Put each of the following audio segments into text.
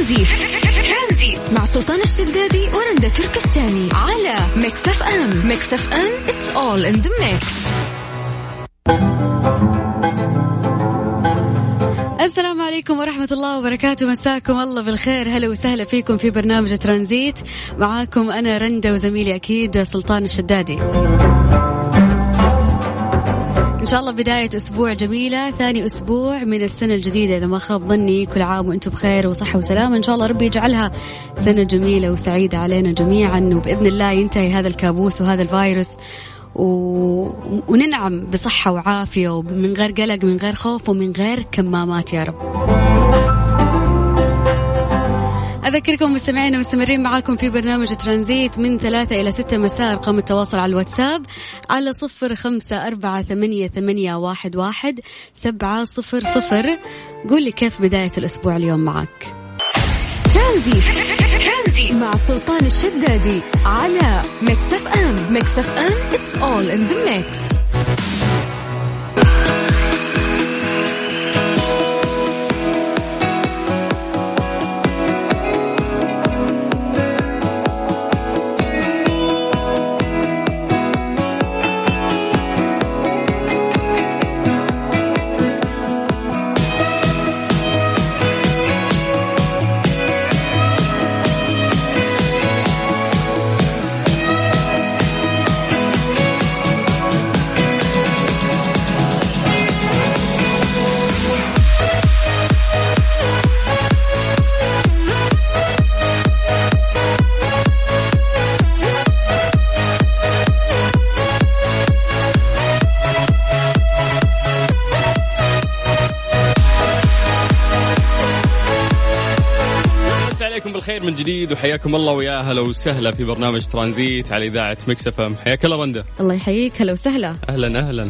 ترانزيت مع سلطان الشدادي ورندا تركستاني على ميكس اف ام. ميكس اف ام it's all in the mix. السلام عليكم ورحمة الله وبركاته، مساكم الله بالخير، هلا وسهلا فيكم في برنامج ترانزيت. معاكم أنا رندا وزميلي أكيد سلطان الشدادي. إن شاء الله بداية أسبوع جميلة، ثاني أسبوع من السنة الجديدة إذا ما خاب ظني. كل عام وأنتم بخير وصحة وسلامة، إن شاء الله ربي يجعلها سنة جميلة وسعيدة علينا جميعا، وبإذن الله ينتهي هذا الكابوس وهذا الفيروس وننعم بصحة وعافية ومن غير قلق من غير خوف ومن غير كمامات يا رب. أذكركم مستمعين ومستمرين معاكم في برنامج ترانزيت من 3 إلى 6 مساء. رقم التواصل على الواتساب على 0548811700. قول لي كيف بداية الأسبوع اليوم معك. ترانزيت مع سلطان الشدادي على ميكس اف ام. ميكس اف ام it's all in the mix. بالخير من جديد وحياكم الله ويا هلا وسهلا في برنامج ترانزيت على إذاعة ميكس اف ام. حياك الله رندا. الله يحييك، هلا وسهلا. أهلا.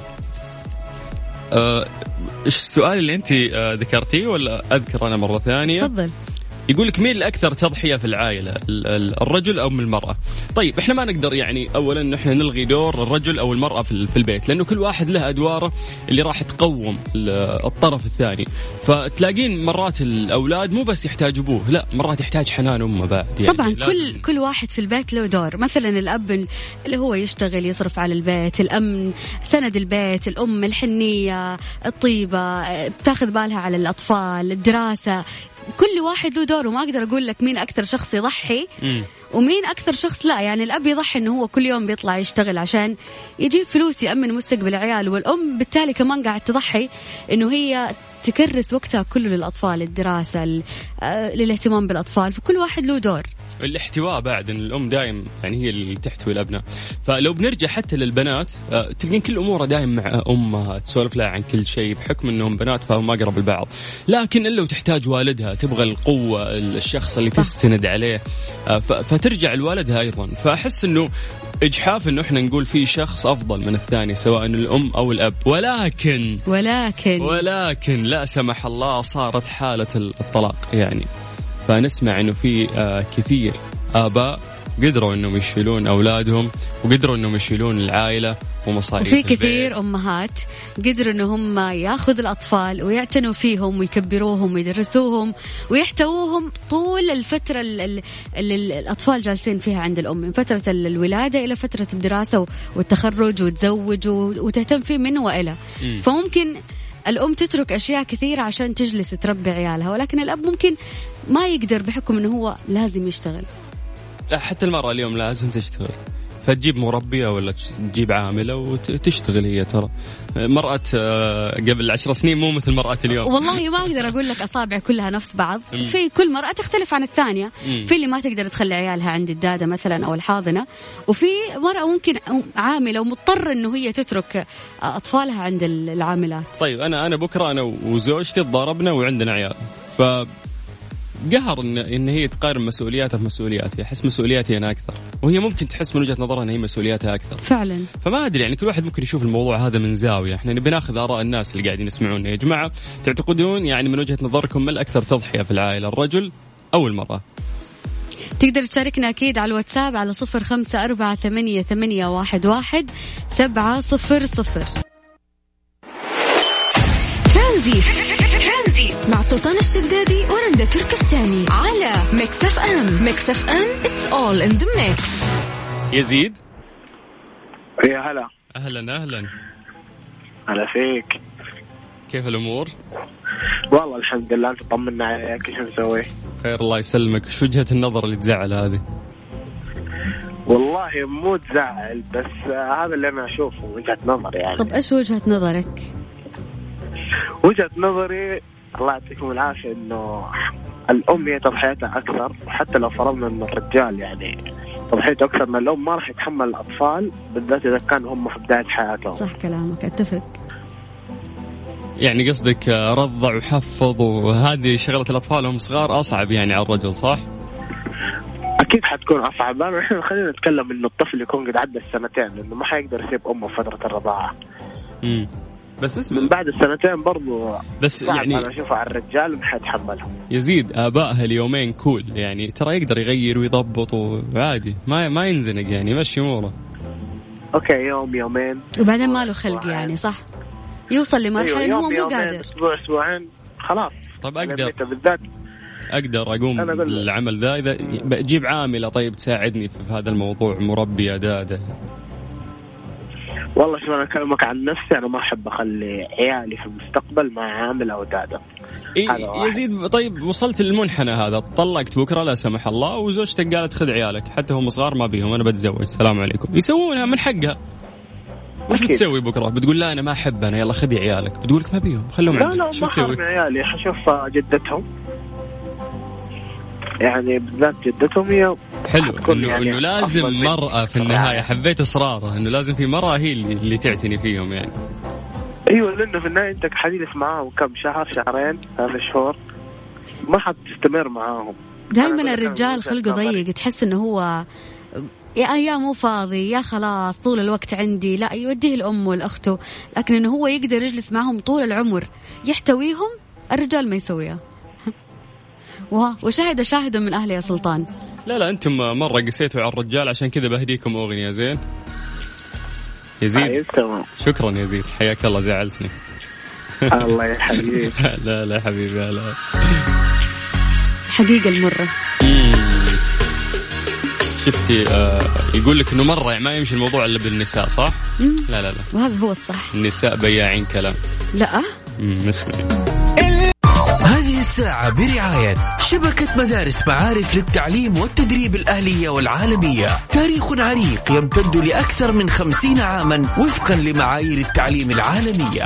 إيش السؤال اللي أنت ذكرتيه ولا أذكر أنا مرة ثانية؟ تفضل. يقولك مين الأكثر تضحية في العائلة، الرجل أو من المرأة؟ طيب إحنا ما نقدر يعني أولا إن إحنا نلغي دور الرجل أو المرأة في البيت، لأنه كل واحد له أدواره اللي راح تقوم الطرف الثاني. فتلاقين مرات الأولاد مو بس يحتاج أبوه، لا مرات يحتاج حنان أمه بعد يعني. طبعا كل واحد في البيت له دور. مثلا الأب اللي هو يشتغل يصرف على البيت، الأم سند البيت، الأم الحنية الطيبة بتاخذ بالها على الأطفال، الدراسة. كل واحد له دور، وما أقدر أقول لك مين أكثر شخص يضحي ومين أكثر شخص لا. يعني الأب يضحي إنه هو كل يوم بيطلع يشتغل عشان يجيب فلوس يأمن مستقبل عياله، والأم بالتالي كمان قاعد تضحي إنه هي تكرس وقتها كله للأطفال، الدراسة، للاهتمام بالأطفال. فكل واحد له دور. الاحتواء بعد، إن الأم دائم يعني هي اللي تحتوي الأبناء. فلو بنرجع حتى للبنات تلقين كل أمورها دائم مع أمها، تسولف لها عن كل شيء بحكم أنهم بنات فهم أقرب البعض. لكن إلا وتحتاج والدها، تبغى القوة، الشخص اللي تستند عليه، فترجع لوالدها أيضا. فأحس أنه إجحاف إنه إحنا نقول في شخص أفضل من الثاني سواء الأم أو الأب. ولكن لا سمح الله صارت حالة الطلاق يعني، فنسمع إنه في كثير آباء قدروا إنهم يشيلون أولادهم وقدروا إنهم يشيلون العائلة ومصاريف وفي البيت. كثير أمهات قدروا إنهم ياخذ الأطفال ويعتنوا فيهم ويكبروهم ويدرسوهم ويحتووهم طول الفترة اللي الأطفال جالسين فيها عند الأم، من فترة الولادة إلى فترة الدراسة والتخرج وتزوج وتهتم فيه من وإلى. فممكن الأم تترك أشياء كثيرة عشان تجلس تربي عيالها، ولكن الأب ممكن ما يقدر بحكم أنه هو لازم يشتغل. لا حتى المرأة اليوم لازم تشتغل، فتجيب مربية ولا تجيب عاملة وتشتغل هي. ترى مرأة قبل 10 سنين مو مثل مرأة اليوم. والله ما أقدر أقول لك أصابع كلها نفس بعض. في كل مرأة تختلف عن الثانية. في اللي ما تقدر تخلي عيالها عند الدادة مثلا أو الحاضنة، وفي مرأة ممكن عاملة ومضطرة إنه هي تترك أطفالها عند العاملات. طيب أنا بكرة أنا وزوجتي تضاربنا وعندنا عيال، قهر إن هي تقارن مسؤولياتها في مسؤولياتي. أحس مسؤولياتي أنا أكثر، وهي ممكن تحس من وجهة نظرها أن هي مسؤولياتها أكثر فعلا. فما أدري يعني كل واحد ممكن يشوف الموضوع هذا من زاوية. إحنا نبي ناخذ آراء الناس اللي قاعدين يسمعون. يا جماعة تعتقدون يعني من وجهة نظركم ما الأكثر تضحية في العائلة، الرجل أو المرأة؟ تقدر تشاركنا أكيد على الواتساب على 0548811700. ترانزيت ترانزي مع سلطان الشدادي ورندا تركستاني على ميكس اف ام. ميكس اف ام it's all in the mix. يزيد يا هلا. أهلا هلا فيك. كيف الأمور؟ والله الحمد لله. أنت طمنا عليك، إيش نسوي؟ خير الله يسلمك. شو وجهة النظر اللي تزعل هذه؟ والله مو تزعل، بس هذا اللي أنا أشوفه وجهة نظر يعني. طب إيش وجهة نظرك؟ وجهة نظري الله يعطيكم العافية إنه الأم هي تضحيتها أكثر، وحتى لو فرضنا إنه الرجال يعني تضحيته أكثر من الأم، ما راح يتحمل الأطفال بالذات إذا كانوا هم في بداية حياتهم. صح كلامك، أتفق. يعني قصدك رضع وحفظ وهذه شغلة الأطفال هم صغار أصعب يعني على الرجل، صح؟ أكيد حتكون أصعب، لأنه إحنا خلينا نتكلم إنه الطفل يكون قد عدى السنتين، لأنه ما حيقدر يسيب أمه فترة الرضاعة. بس من بعد السنتين برضو بس يعني أنا أشوفه على الرجال ما حيتحملهم. يزيد آبائها اليومين كول يعني، ترى يقدر يغير ويضبط وعادي ما ينزنق يعني، مشي أموره. أوكي يوم يومين وبعدين ما له خلق يعني، صح؟ يوصل لمرحلة إنه هو مو قادر. أسبوعين خلاص. طب أقدر أقوم بالعمل ذا إذا بجيب عاملة طيب تساعدني في هذا الموضوع، مربي أداة. والله شو أنا أكلمك عن نفسي، أنا ما أحب أخلي عيالي في المستقبل مع عامل أو دادة. يزيد طيب وصلت للمنحنى هذا، طلقت بكرة لا سمح الله وزوجتك قالت خذ عيالك حتى هم صغار ما بيهم أنا بتزوج، السلام عليكم، يسوونها من حقها. وش بتسوي بكرة؟ بتقول لا أنا ما أحب أنا يلا خذي عيالك، بتقولك ما بيهم خلهم عندك. لا ما حرم عيالي، حشوف جدتهم يعني بالذات جدتهم هي حلو إنه لازم مرأة في النهاية. حبيت إصراره إنه لازم في مرأة هي اللي تعتني فيهم يعني. أيوة لأنه في النهاية أنت حديث معاهم كم شهر شهرين 3 شهور ما حتستمر معاهم. دائما الرجال خلقه ضيق، تحس إنه هو يا مو فاضي يا خلاص طول الوقت عندي، لا يوديه الأم والأخته، لكن إنه هو يقدر يجلس معهم طول العمر يحتويهم، الرجال ما يسويها. وشاهد شاهد من أهلي يا سلطان. لا أنتم مرة قسيتوا على الرجال، عشان كذا بهديكم أغنية. زين يزيد شكرا يزيد، حياك الله، زعلتني. الله يا حبيبي. لا حبيبي لا حقيقة المرة. شفتي يقول لك إنه مرة ما يمشي الموضوع إلا بالنساء، صح؟ لا وهذا هو الصح. النساء بياعين كلام. لا مسكين. هذه الساعة برعاية شبكة مدارس معارف للتعليم والتدريب الأهلية والعالمية. تاريخ عريق يمتد لأكثر من 50 عاما وفقا لمعايير التعليم العالمية.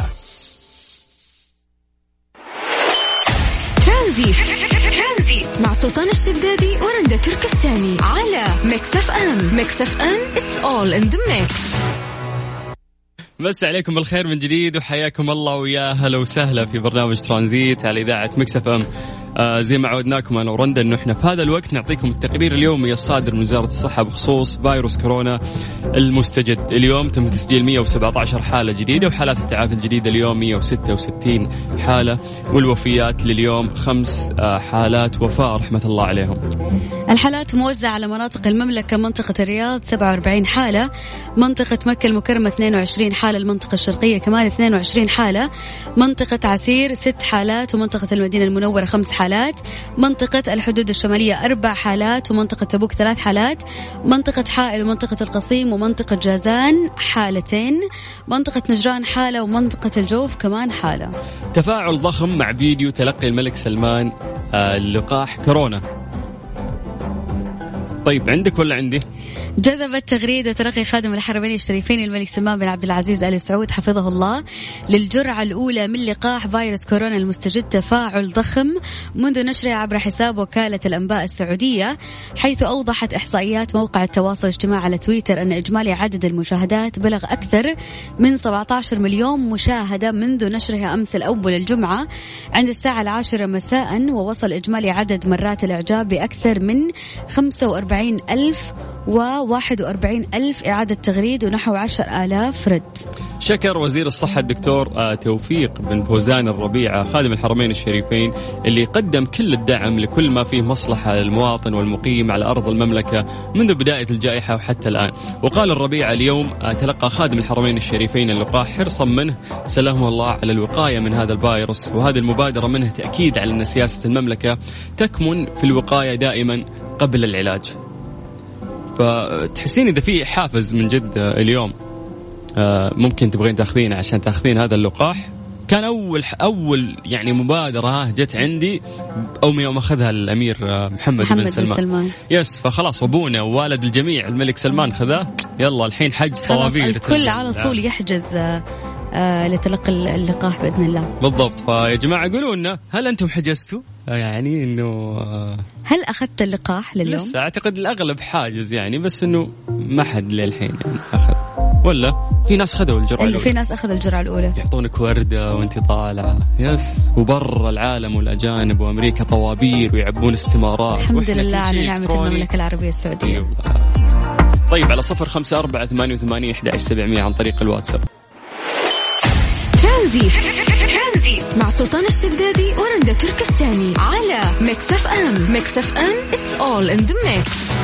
ترانزي مع سلطان الشدادي ورندا تركستاني على ميكس اف ام. ميكس اف ام it's all in the mix. بس عليكم بالخير من جديد وحياكم الله ويا هلا وسهلا في برنامج ترانزيت على إذاعة ميكس اف ام. زي ما عودناكم أنا ورندا إنه إحنا في هذا الوقت نعطيكم التقرير اليومي الصادر من وزارة الصحة بخصوص فيروس كورونا المستجد. اليوم تم تسجيل 117 حالة جديدة، وحالات التعافي الجديدة اليوم 166 حالة، والوفيات لليوم 5 حالات وفاة رحمة الله عليهم. الحالات موزعة على مناطق المملكة: منطقة الرياض 47 حالة، منطقة مكة المكرمة 22 حالة، المنطقة الشرقية كمان 22 حالة، منطقة عسير 6 حالات، ومنطقة المدينة المنورة 5 حالات، منطقة الحدود الشمالية 4 حالات، ومنطقة تبوك 3 حالات، منطقة حائل ومنطقة القصيم ومنطقة جازان 2 منطقة نجران حالة، ومنطقة الجوف كمان حالة. تفاعل ضخم مع فيديو تلقي الملك سلمان لقاح كورونا. طيب عندك ولا عندي؟ جذبت تغريدة تلقي خادم الحرمين الشريفين الملك سلمان بن عبد العزيز آل سعود حفظه الله للجرعة الأولى من لقاح فيروس كورونا المستجد تفاعل ضخم منذ نشره عبر حساب وكالة الأنباء السعودية، حيث أوضحت إحصائيات موقع التواصل الاجتماعي على تويتر أن إجمالي عدد المشاهدات بلغ أكثر من 17 مليون مشاهدة منذ نشرها أمس الأول الجمعة عند الساعة 10 مساء، ووصل إجمالي عدد مرات الإعجاب بأكثر من 45,000 و41,000 إعادة تغريد ونحو 10,000 رد. شكر وزير الصحة الدكتور توفيق بن فوزان الربيعة خادم الحرمين الشريفين اللي قدم كل الدعم لكل ما فيه مصلحة للمواطن والمقيم على أرض المملكة منذ بداية الجائحة وحتى الآن. وقال الربيعة اليوم تلقى خادم الحرمين الشريفين اللقاح حرصا منه سلامه الله على الوقاية من هذا الفيروس، وهذه المبادرة منه تأكيد على أن سياسة المملكة تكمن في الوقاية دائما قبل العلاج. فتحسين إذا في حافز من جد اليوم ممكن تبغين تاخذين عشان تاخذين هذا اللقاح. كان أول يعني مبادرة جت عندي أو يوم أخذها الأمير محمد بن سلمان. يس، فخلاص أبونا ووالد الجميع الملك سلمان خذاه، يلا الحين حجز طوابير، الكل على طول يحجز لتلقي اللقاح بإذن الله. بالضبط. فيا جماعة قولوا لنا هل أنتم حجزتوا؟ يعني إنه هل أخذت اللقاح لليوم؟ لسه أعتقد الأغلب حاجز يعني، بس إنه ما حد للحين يعني أخذ، ولا في ناس خذوا الجرعة الأولى. في ناس أخذ الجرعة الأولى، يعطونك وردة وانت طالعة. يس، وبر العالم والأجانب وأمريكا طوابير ويعبون استمارات. الحمد لله على نعمة المملكة العربية السعودية. طيب على 0548811700 عن طريق الواتساب. ترانزي مع سلطان الشدادي ورندا تركستاني على ميكس اف ام. ميكس اف ام it's all in the mix.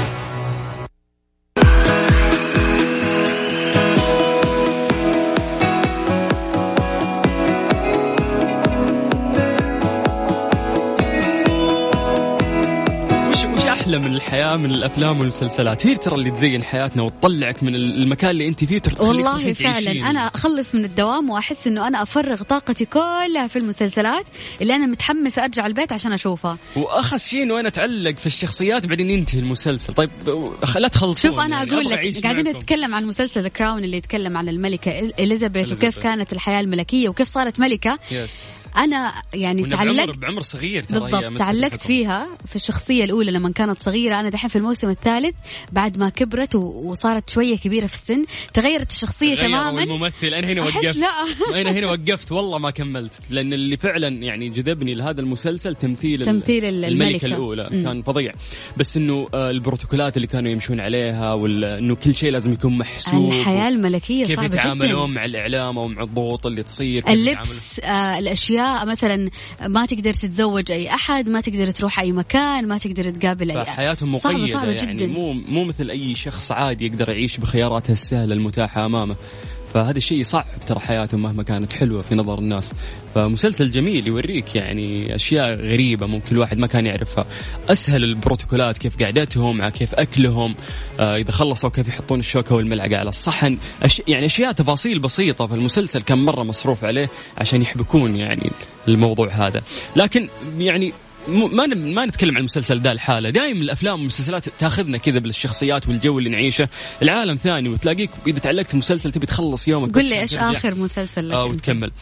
من الحياة من الأفلام والمسلسلات هي ترى اللي تزين حياتنا وتطلعك من المكان اللي أنت فيه. والله فعلا أنا أخلص من الدوام وأحس إنه أنا أفرغ طاقتي كلها في المسلسلات اللي أنا متحمسة أرجع البيت عشان أشوفها. وأخس شيء إنه أنا أتعلق في الشخصيات بعدين ينتهي المسلسل. طيب لا تخلصون. شوف أنا يعني أقول لك قاعدين نتكلم عن مسلسل كراون اللي يتكلم عن الملكة إليزابيث وكيف كانت الحياة الملكية وكيف صارت ملكة. أنا يعني تعلقت بعمر صغير بالضبط، تعلقت فيها في الشخصية الأولى لما كانت صغيرة. أنا دحين في الموسم الثالث بعد ما كبرت وصارت شوية كبيرة في السن تغيرت الشخصية تماما. الممثل أنا هنا وقفت. أنا هنا وقفت والله ما كملت، لأن اللي فعلا يعني جذبني لهذا المسلسل تمثيل الملكة الأولى كان فظيع. بس إنه البروتوكولات اللي كانوا يمشون عليها وإنه كل شيء لازم يكون محسوب. الحياة الملكية صعبة جدا. كيف يتعاملون مع الإعلام أو مع الضغوط اللي تصير. اللبس الأشياء مثلا ما تقدر تتزوج أي أحد، ما تقدر تروح أي مكان، ما تقدر تقابل أي أحد. حياتهم مقيدة صعبة يعني جداً. مو مثل أي شخص عادي يقدر يعيش بخياراته السهلة المتاحة أمامه. فهذا الشيء صعب ترى حياتهم مهما كانت حلوة في نظر الناس. فمسلسل جميل يوريك يعني أشياء غريبة ممكن الواحد ما كان يعرفها. أسهل البروتوكولات، كيف قعدتهم، كيف أكلهم، إذا خلصوا كيف يحطون الشوكة والملعقة على الصحن. يعني أشياء تفاصيل بسيطة. فالمسلسل كان مرة مصروف عليه عشان يحبكون يعني الموضوع هذا. لكن يعني ما نتكلم عن المسلسل ده الحالة. دائما الأفلام والمسلسلات تأخذنا كذا بالشخصيات والجو اللي نعيشه. العالم ثاني وتلاقيك إذا تعلقت مسلسل تبي تخلص يومك. قل لي إيش آخر مسلسل وتكمل.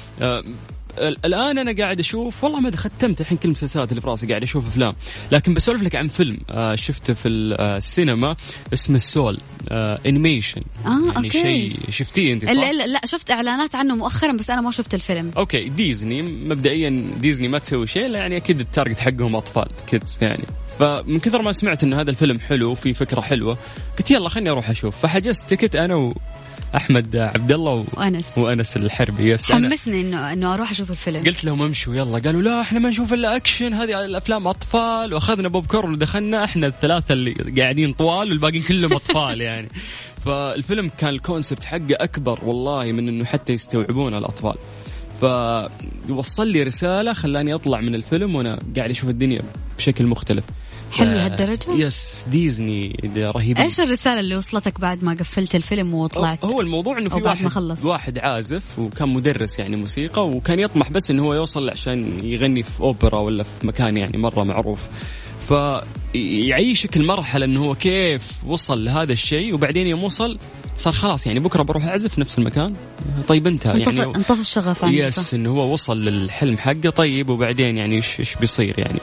الآن أنا قاعد أشوف والله ما ختمت الحين كل المسلسلات اللي في راسي، قاعد أشوف أفلام. لكن بسولف لك عن فيلم شفته في السينما اسمه السول انيميشن. يعني أوكي. شيء شفتيه أنت صح؟ لا شفت إعلانات عنه مؤخرا بس أنا ما شفت الفيلم. أوكي. ديزني مبدئيا ديزني ما تسوي شيء يعني أكيد التارجت حقهم أطفال كيدز يعني. فمن كثر ما سمعت إن هذا الفيلم حلو وفي فكرة حلوة قلت يلا خلني أروح أشوف. فحجزت تيكت أنا أحمد عبد الله وأنس الحربي. حمسني إنه أروح أشوف الفيلم. قلت لهم امشوا يلا، قالوا لا إحنا ما نشوف إلا أكشن، هذه الأفلام أطفال. وأخذنا بوب كورن ودخلنا إحنا الثلاثة اللي قاعدين طوال والباقين كلهم أطفال يعني. فالفيلم كان الكونسبت حقه أكبر والله من إنه حتى يستوعبون الأطفال. فوصل لي رسالة خلاني أطلع من الفيلم وأنا قاعد أشوف الدنيا بشكل مختلف. حلو لهالدرجة؟ يس ديزني رهيب. ايش الرسالة اللي وصلتك بعد ما قفلت الفيلم وطلعت؟ هو الموضوع انه في واحد عازف وكان مدرس يعني موسيقى، وكان يطمح بس انه هو يوصل عشان يغني في اوبرا ولا في مكان يعني مرة معروف. فيعيشك المرحلة انه هو كيف وصل لهذا الشيء، وبعدين يوم وصل صار خلاص يعني بكرة بروح أعزف في نفس المكان. طيب انتهى يعني انطفى الشغف عنده. يس انه هو وصل للحلم حقه. طيب وبعدين يعني ايش بيصير يعني.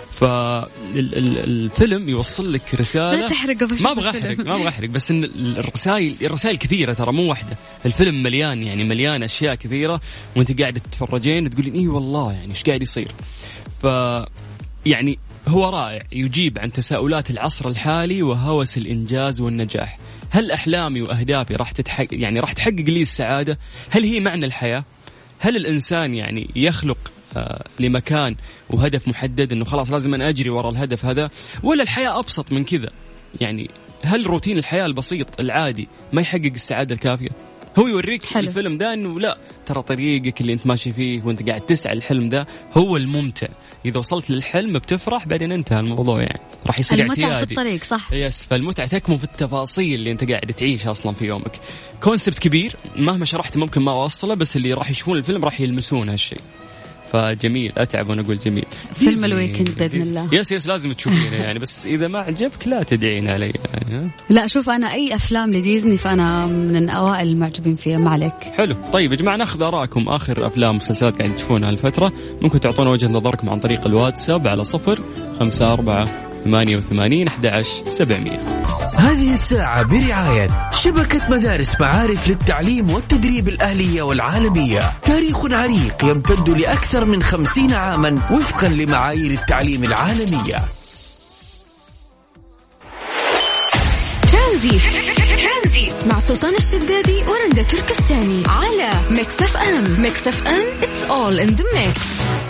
فالفيلم يوصل لك رسالة. لا تحرقه. ما ابغى احرق بس ان الرسائل كثيرة ترى مو واحدة. الفيلم مليان يعني مليان اشياء كثيرة وانت قاعد تتفرجين تقولين ايه والله يعني ايش قاعد يصير. ف يعني هو رائع، يجيب عن تساؤلات العصر الحالي وهوس الإنجاز والنجاح. هل أحلامي وأهدافي راح تحقق لي السعادة؟ هل هي معنى الحياة؟ هل الإنسان يعني يخلق لمكان وهدف محدد إنه خلاص لازم أن أجري وراء الهدف هذا، ولا الحياة أبسط من كذا؟ يعني هل روتين الحياة البسيط العادي ما يحقق السعادة الكافية؟ هو يوريك حلو. الفيلم ده إنه لا، ترى طريقك اللي أنت ماشي فيه وأنت قاعد تسعى الحلم ده هو الممتع. إذا وصلت للحلم بتفرح، بعدين انتهى الموضوع، يعني راح يصير المتعة اعتيادي في الطريق، صح؟ يس، فالمتعة تكمن في التفاصيل اللي أنت قاعد تعيشها أصلا في يومك. كونسبت كبير مهما شرحت ممكن ما أوصله، بس اللي راح يشوفون الفيلم راح يلمسون هالشيء. فجميل، أتعب وأنا أقول جميل. فيلم الويكند بإذن الله. يس لازم تشوفينه يعني، بس إذا ما عجبك لا تدعين علي يعني. لا شوف، أنا أي أفلام لديزني فأنا من أوائل المعجبين فيها، ما عليك. حلو. طيب يا جماعة، ناخذ آراءكم آخر أفلام ومسلسلات قاعد تشوفونها هالفترة. ممكن تعطونا وجهة نظركم عن طريق الواتساب على 054-88-11-700. هذه الساعة برعاية شبكة مدارس معارف للتعليم والتدريب الأهلية والعالمية. تاريخ عريق يمتد لأكثر من 50 عاما وفقا لمعايير التعليم العالمية. ترانزيت مع سلطان الشدادي ورندا تركستاني على ميكس اف ام. ميكس اف ام it's all in the mix.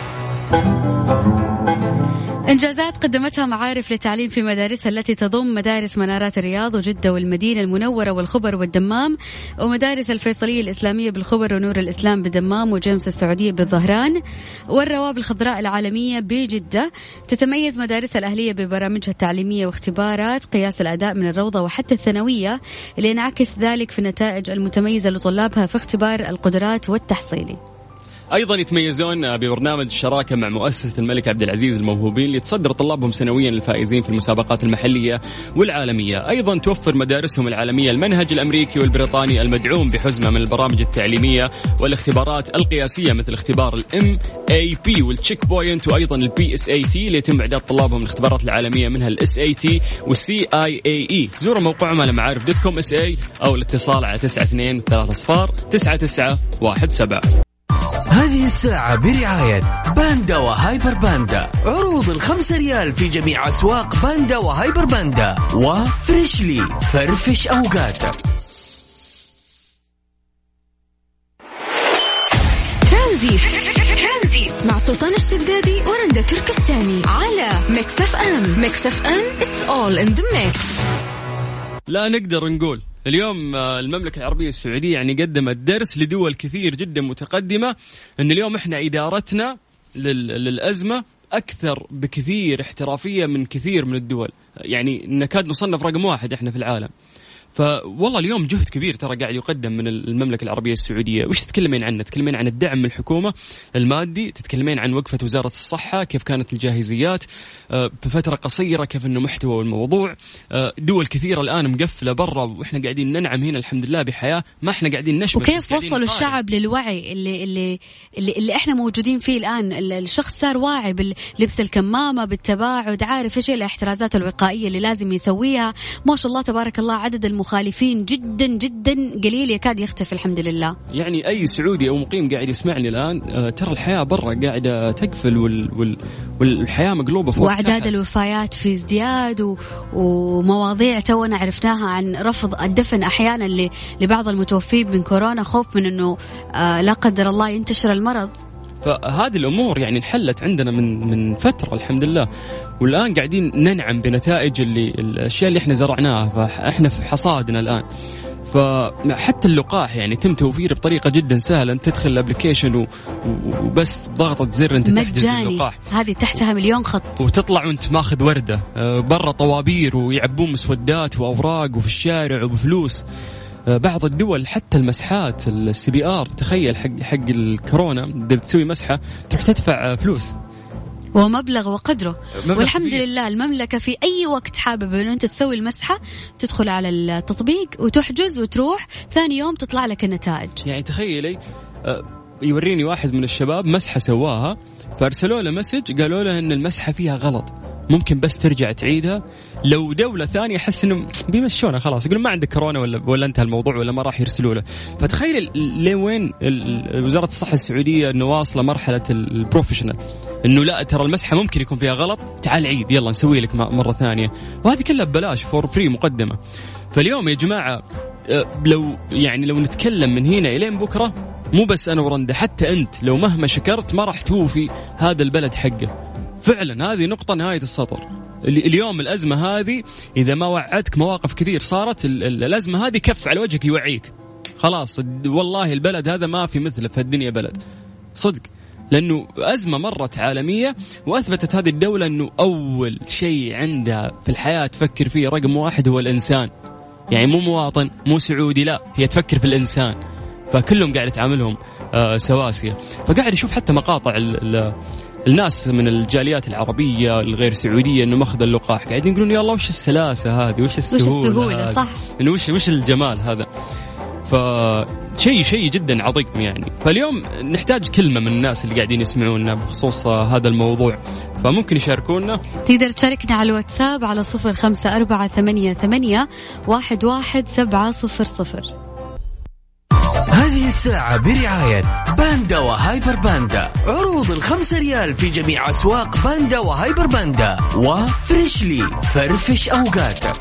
إنجازات قدمتها معارف للتعليم في مدارسها التي تضم مدارس منارات الرياض وجدة والمدينة المنورة والخبر والدمام، ومدارس الفيصلية الإسلامية بالخبر ونور الإسلام بالدمام، وجيمس السعودية بالظهران، والرواب الخضراء العالمية بجدة. تتميز مدارسها الأهلية ببرامجها التعليمية واختبارات قياس الأداء من الروضة وحتى الثانوية، اللي ينعكس ذلك في النتائج المتميزة لطلابها في اختبار القدرات والتحصيلي. أيضا يتميزون ببرنامج الشراكة مع مؤسسة الملك عبد العزيز الموهوبين، اللي تصدر طلابهم سنويا الفائزين في المسابقات المحلية والعالمية. أيضا توفر مدارسهم العالمية المنهج الأمريكي والبريطاني المدعوم بحزمة من البرامج التعليمية والاختبارات القياسية، مثل اختبار MAP والتشيك بوينت، وأيضا PSAT اللي يتم إعداد طلابهم الاختبارات العالمية منها SAT والCIAE. زوروا موقعهم على معارف.com/SA أو الاتصال على 92309917. هذه الساعة برعاية باندا وهايبر باندا. عروض 5 ريال في جميع أسواق باندا وهايبر باندا. وفريشلي، فرفش أوقاتك. ترانزيت مع سلطان الشدادي ورندا تركستاني على ميكس اف ام. ميكس اف ام it's all in the mix. لا نقدر نقول اليوم المملكة العربية السعودية يعني قدمت درس لدول كثير جدا متقدمة، أن اليوم إحنا إدارتنا للأزمة أكثر بكثير احترافية من كثير من الدول، يعني نكاد نصنف رقم 1 إحنا في العالم. فوالله اليوم جهد كبير ترى قاعد يقدم من المملكة العربية السعودية. وش تتكلمين عنه؟ تتكلمين عن الدعم من الحكومة المادي، تتكلمين عن وقفة وزارة الصحة، كيف كانت الجاهزيات بفترة قصيرة، كيف انه محتوى الموضوع. دول كثيرة الآن مقفلة برا، وإحنا قاعدين ننعم هنا الحمد لله بحياة، ما إحنا قاعدين نشمس. وكيف وصلوا الشعب للوعي اللي إحنا موجودين فيه الآن. الشخص صار واعي بلبس الكمامة، بالتباعد، عارف إيش الاحترازات الوقائية اللي لازم يسويها. ما شاء الله تبارك الله، عدد المخالفين جدا جدا قليل، يكاد يختفي الحمد لله. يعني أي سعودي أو مقيم قاعد يسمعني الآن ترى الحياة برا قاعدة تقفل والحياة مقلوبة فوق، وأعداد الوفيات في ازدياد، ومواضيع تونا عرفناها عن رفض الدفن أحيانا لبعض المتوفين من كورونا، خوف من أنه لا قدر الله ينتشر المرض. فهذه الأمور يعني انحلت عندنا من فترة الحمد لله، والآن قاعدين ننعم بنتائج الأشياء اللي احنا زرعناها، فاحنا في حصادنا الآن. فحتى اللقاح يعني تم توفيره بطريقة جدا سهلة، انت تدخل الابليكيشن وبس ضغطة زر انت تحجز اللقاح، هذه تحتها مليون خط، وتطلع وانت ماخذ وردة. برا طوابير ويعبون مسودات وأوراق وفي الشارع وبفلوس. بعض الدول حتى المسحات CPR، تخيل حق الكورونا تسوي مسحة تروح تدفع فلوس ومبلغ وقدره. والحمد كبير. لله المملكة في أي وقت حابب أن أنت تسوي المسحة تدخل على التطبيق وتحجز وتروح ثاني يوم تطلع لك النتائج. يعني تخيلي يوريني واحد من الشباب مسحة سواها، فأرسلوا له مسج قالوا له أن المسحة فيها غلط، ممكن بس ترجع تعيدها. لو دولة ثانية أحس إنه بيمشونه خلاص، يقولون ما عندك كورونا ولا انتهى الموضوع ولا ما راح يرسلوا له. فتخيل لوين وزارة الصحة السعودية إنه واصلة مرحلة البروفيشنال، إنه لا ترى المسحة ممكن يكون فيها غلط، تعال عيد يلا نسوي لك مرة ثانية، وهذه كلها ببلاش فور فري مقدمة. فاليوم يا جماعة لو نتكلم من هنا إلين بكرة، مو بس أنا ورندا، حتى أنت لو مهما شكرت ما راح توفي هذا البلد حقه. فعلا هذه نقطة نهاية السطر. اليوم الأزمة هذه إذا ما وعدتك مواقف كثير صارت، الأزمة هذه كف على وجهك يوعيك خلاص. والله البلد هذا ما في مثله في الدنيا بلد صدق، لأنه أزمة مرت عالمية وأثبتت هذه الدولة أنه أول شيء عندها في الحياة تفكر فيه رقم واحد هو الإنسان. يعني مو مواطن مو سعودي، لا هي تفكر في الإنسان. فكلهم قاعد يتعاملهم سواسية. فقاعد يشوف حتى مقاطع الناس من الجاليات العربية الغير سعودية إنه ماخذ اللقاح قاعدين يقولون يا الله وش السلاسة هذه، وش السهولة صح، إنه وش الجمال هذا. فشيء جدا عظيم يعني. فاليوم نحتاج كلمة من الناس اللي قاعدين يسمعونا بخصوص هذا الموضوع، فممكن يشاركونا. تقدر تشاركنا على الواتساب على 0548811700. هذه الساعة برعاية باندا وهايبر باندا، عروض 5 ريال في جميع أسواق باندا وهايبر باندا، وفريشلي فرفش أوقاتك.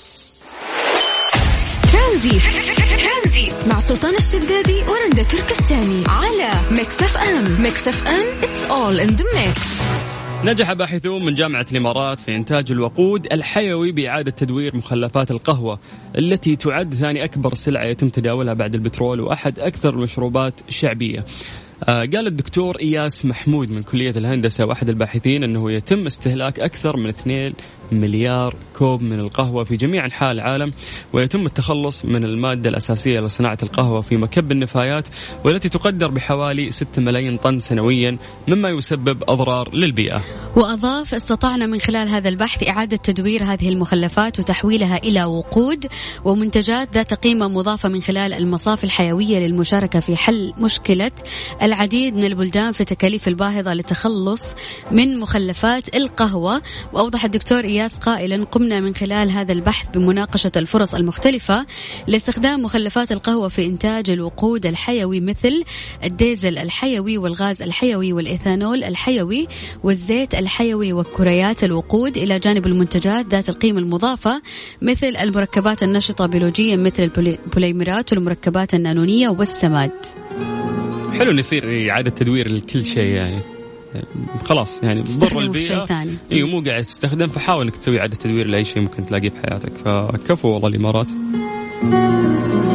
ترانزيت مع سلطان الشدادي ورندا تركستاني على ميكس اف ام. ميكس اف ام it's all in the mix. نجح باحثون من جامعة الإمارات في إنتاج الوقود الحيوي بإعادة تدوير مخلفات القهوة التي تعد ثاني أكبر سلعة يتم تداولها بعد البترول وأحد أكثر المشروبات شعبية. قال الدكتور إياس محمود من كلية الهندسة وأحد الباحثين أنه يتم استهلاك أكثر من 2 مليار كوب من القهوة في جميع أنحاء العالم، ويتم التخلص من المادة الأساسية لصناعة القهوة في مكب النفايات والتي تقدر بحوالي 6 ملايين طن سنويا، مما يسبب أضرار للبيئة. وأضاف استطعنا من خلال هذا البحث إعادة تدوير هذه المخلفات وتحويلها إلى وقود ومنتجات ذات قيمة مضافة من خلال المصافي الحيوية للمشاركة في حل مشكلة العديد من البلدان في التكاليف الباهظة للتخلص من مخلفات القهوة. وأوضح الدكتور إياس قائلا: قمنا من خلال هذا البحث بمناقشة الفرص المختلفة لاستخدام مخلفات القهوة في إنتاج الوقود الحيوي مثل الديزل الحيوي والغاز الحيوي والإيثانول الحيوي والزيت الحيوي وكريات الوقود، إلى جانب المنتجات ذات القيمة المضافة مثل المركبات النشطة بيولوجيا مثل البوليمرات والمركبات النانونية والسماد. حلو إن يصير إعادة تدوير لكل شيء يعني خلاص يعني ضر البيئة ايوه مو قاعد تستخدم، فحاول انك تسوي إعادة تدوير لاي شيء ممكن تلاقيه في حياتك. فكفو والله الامارات.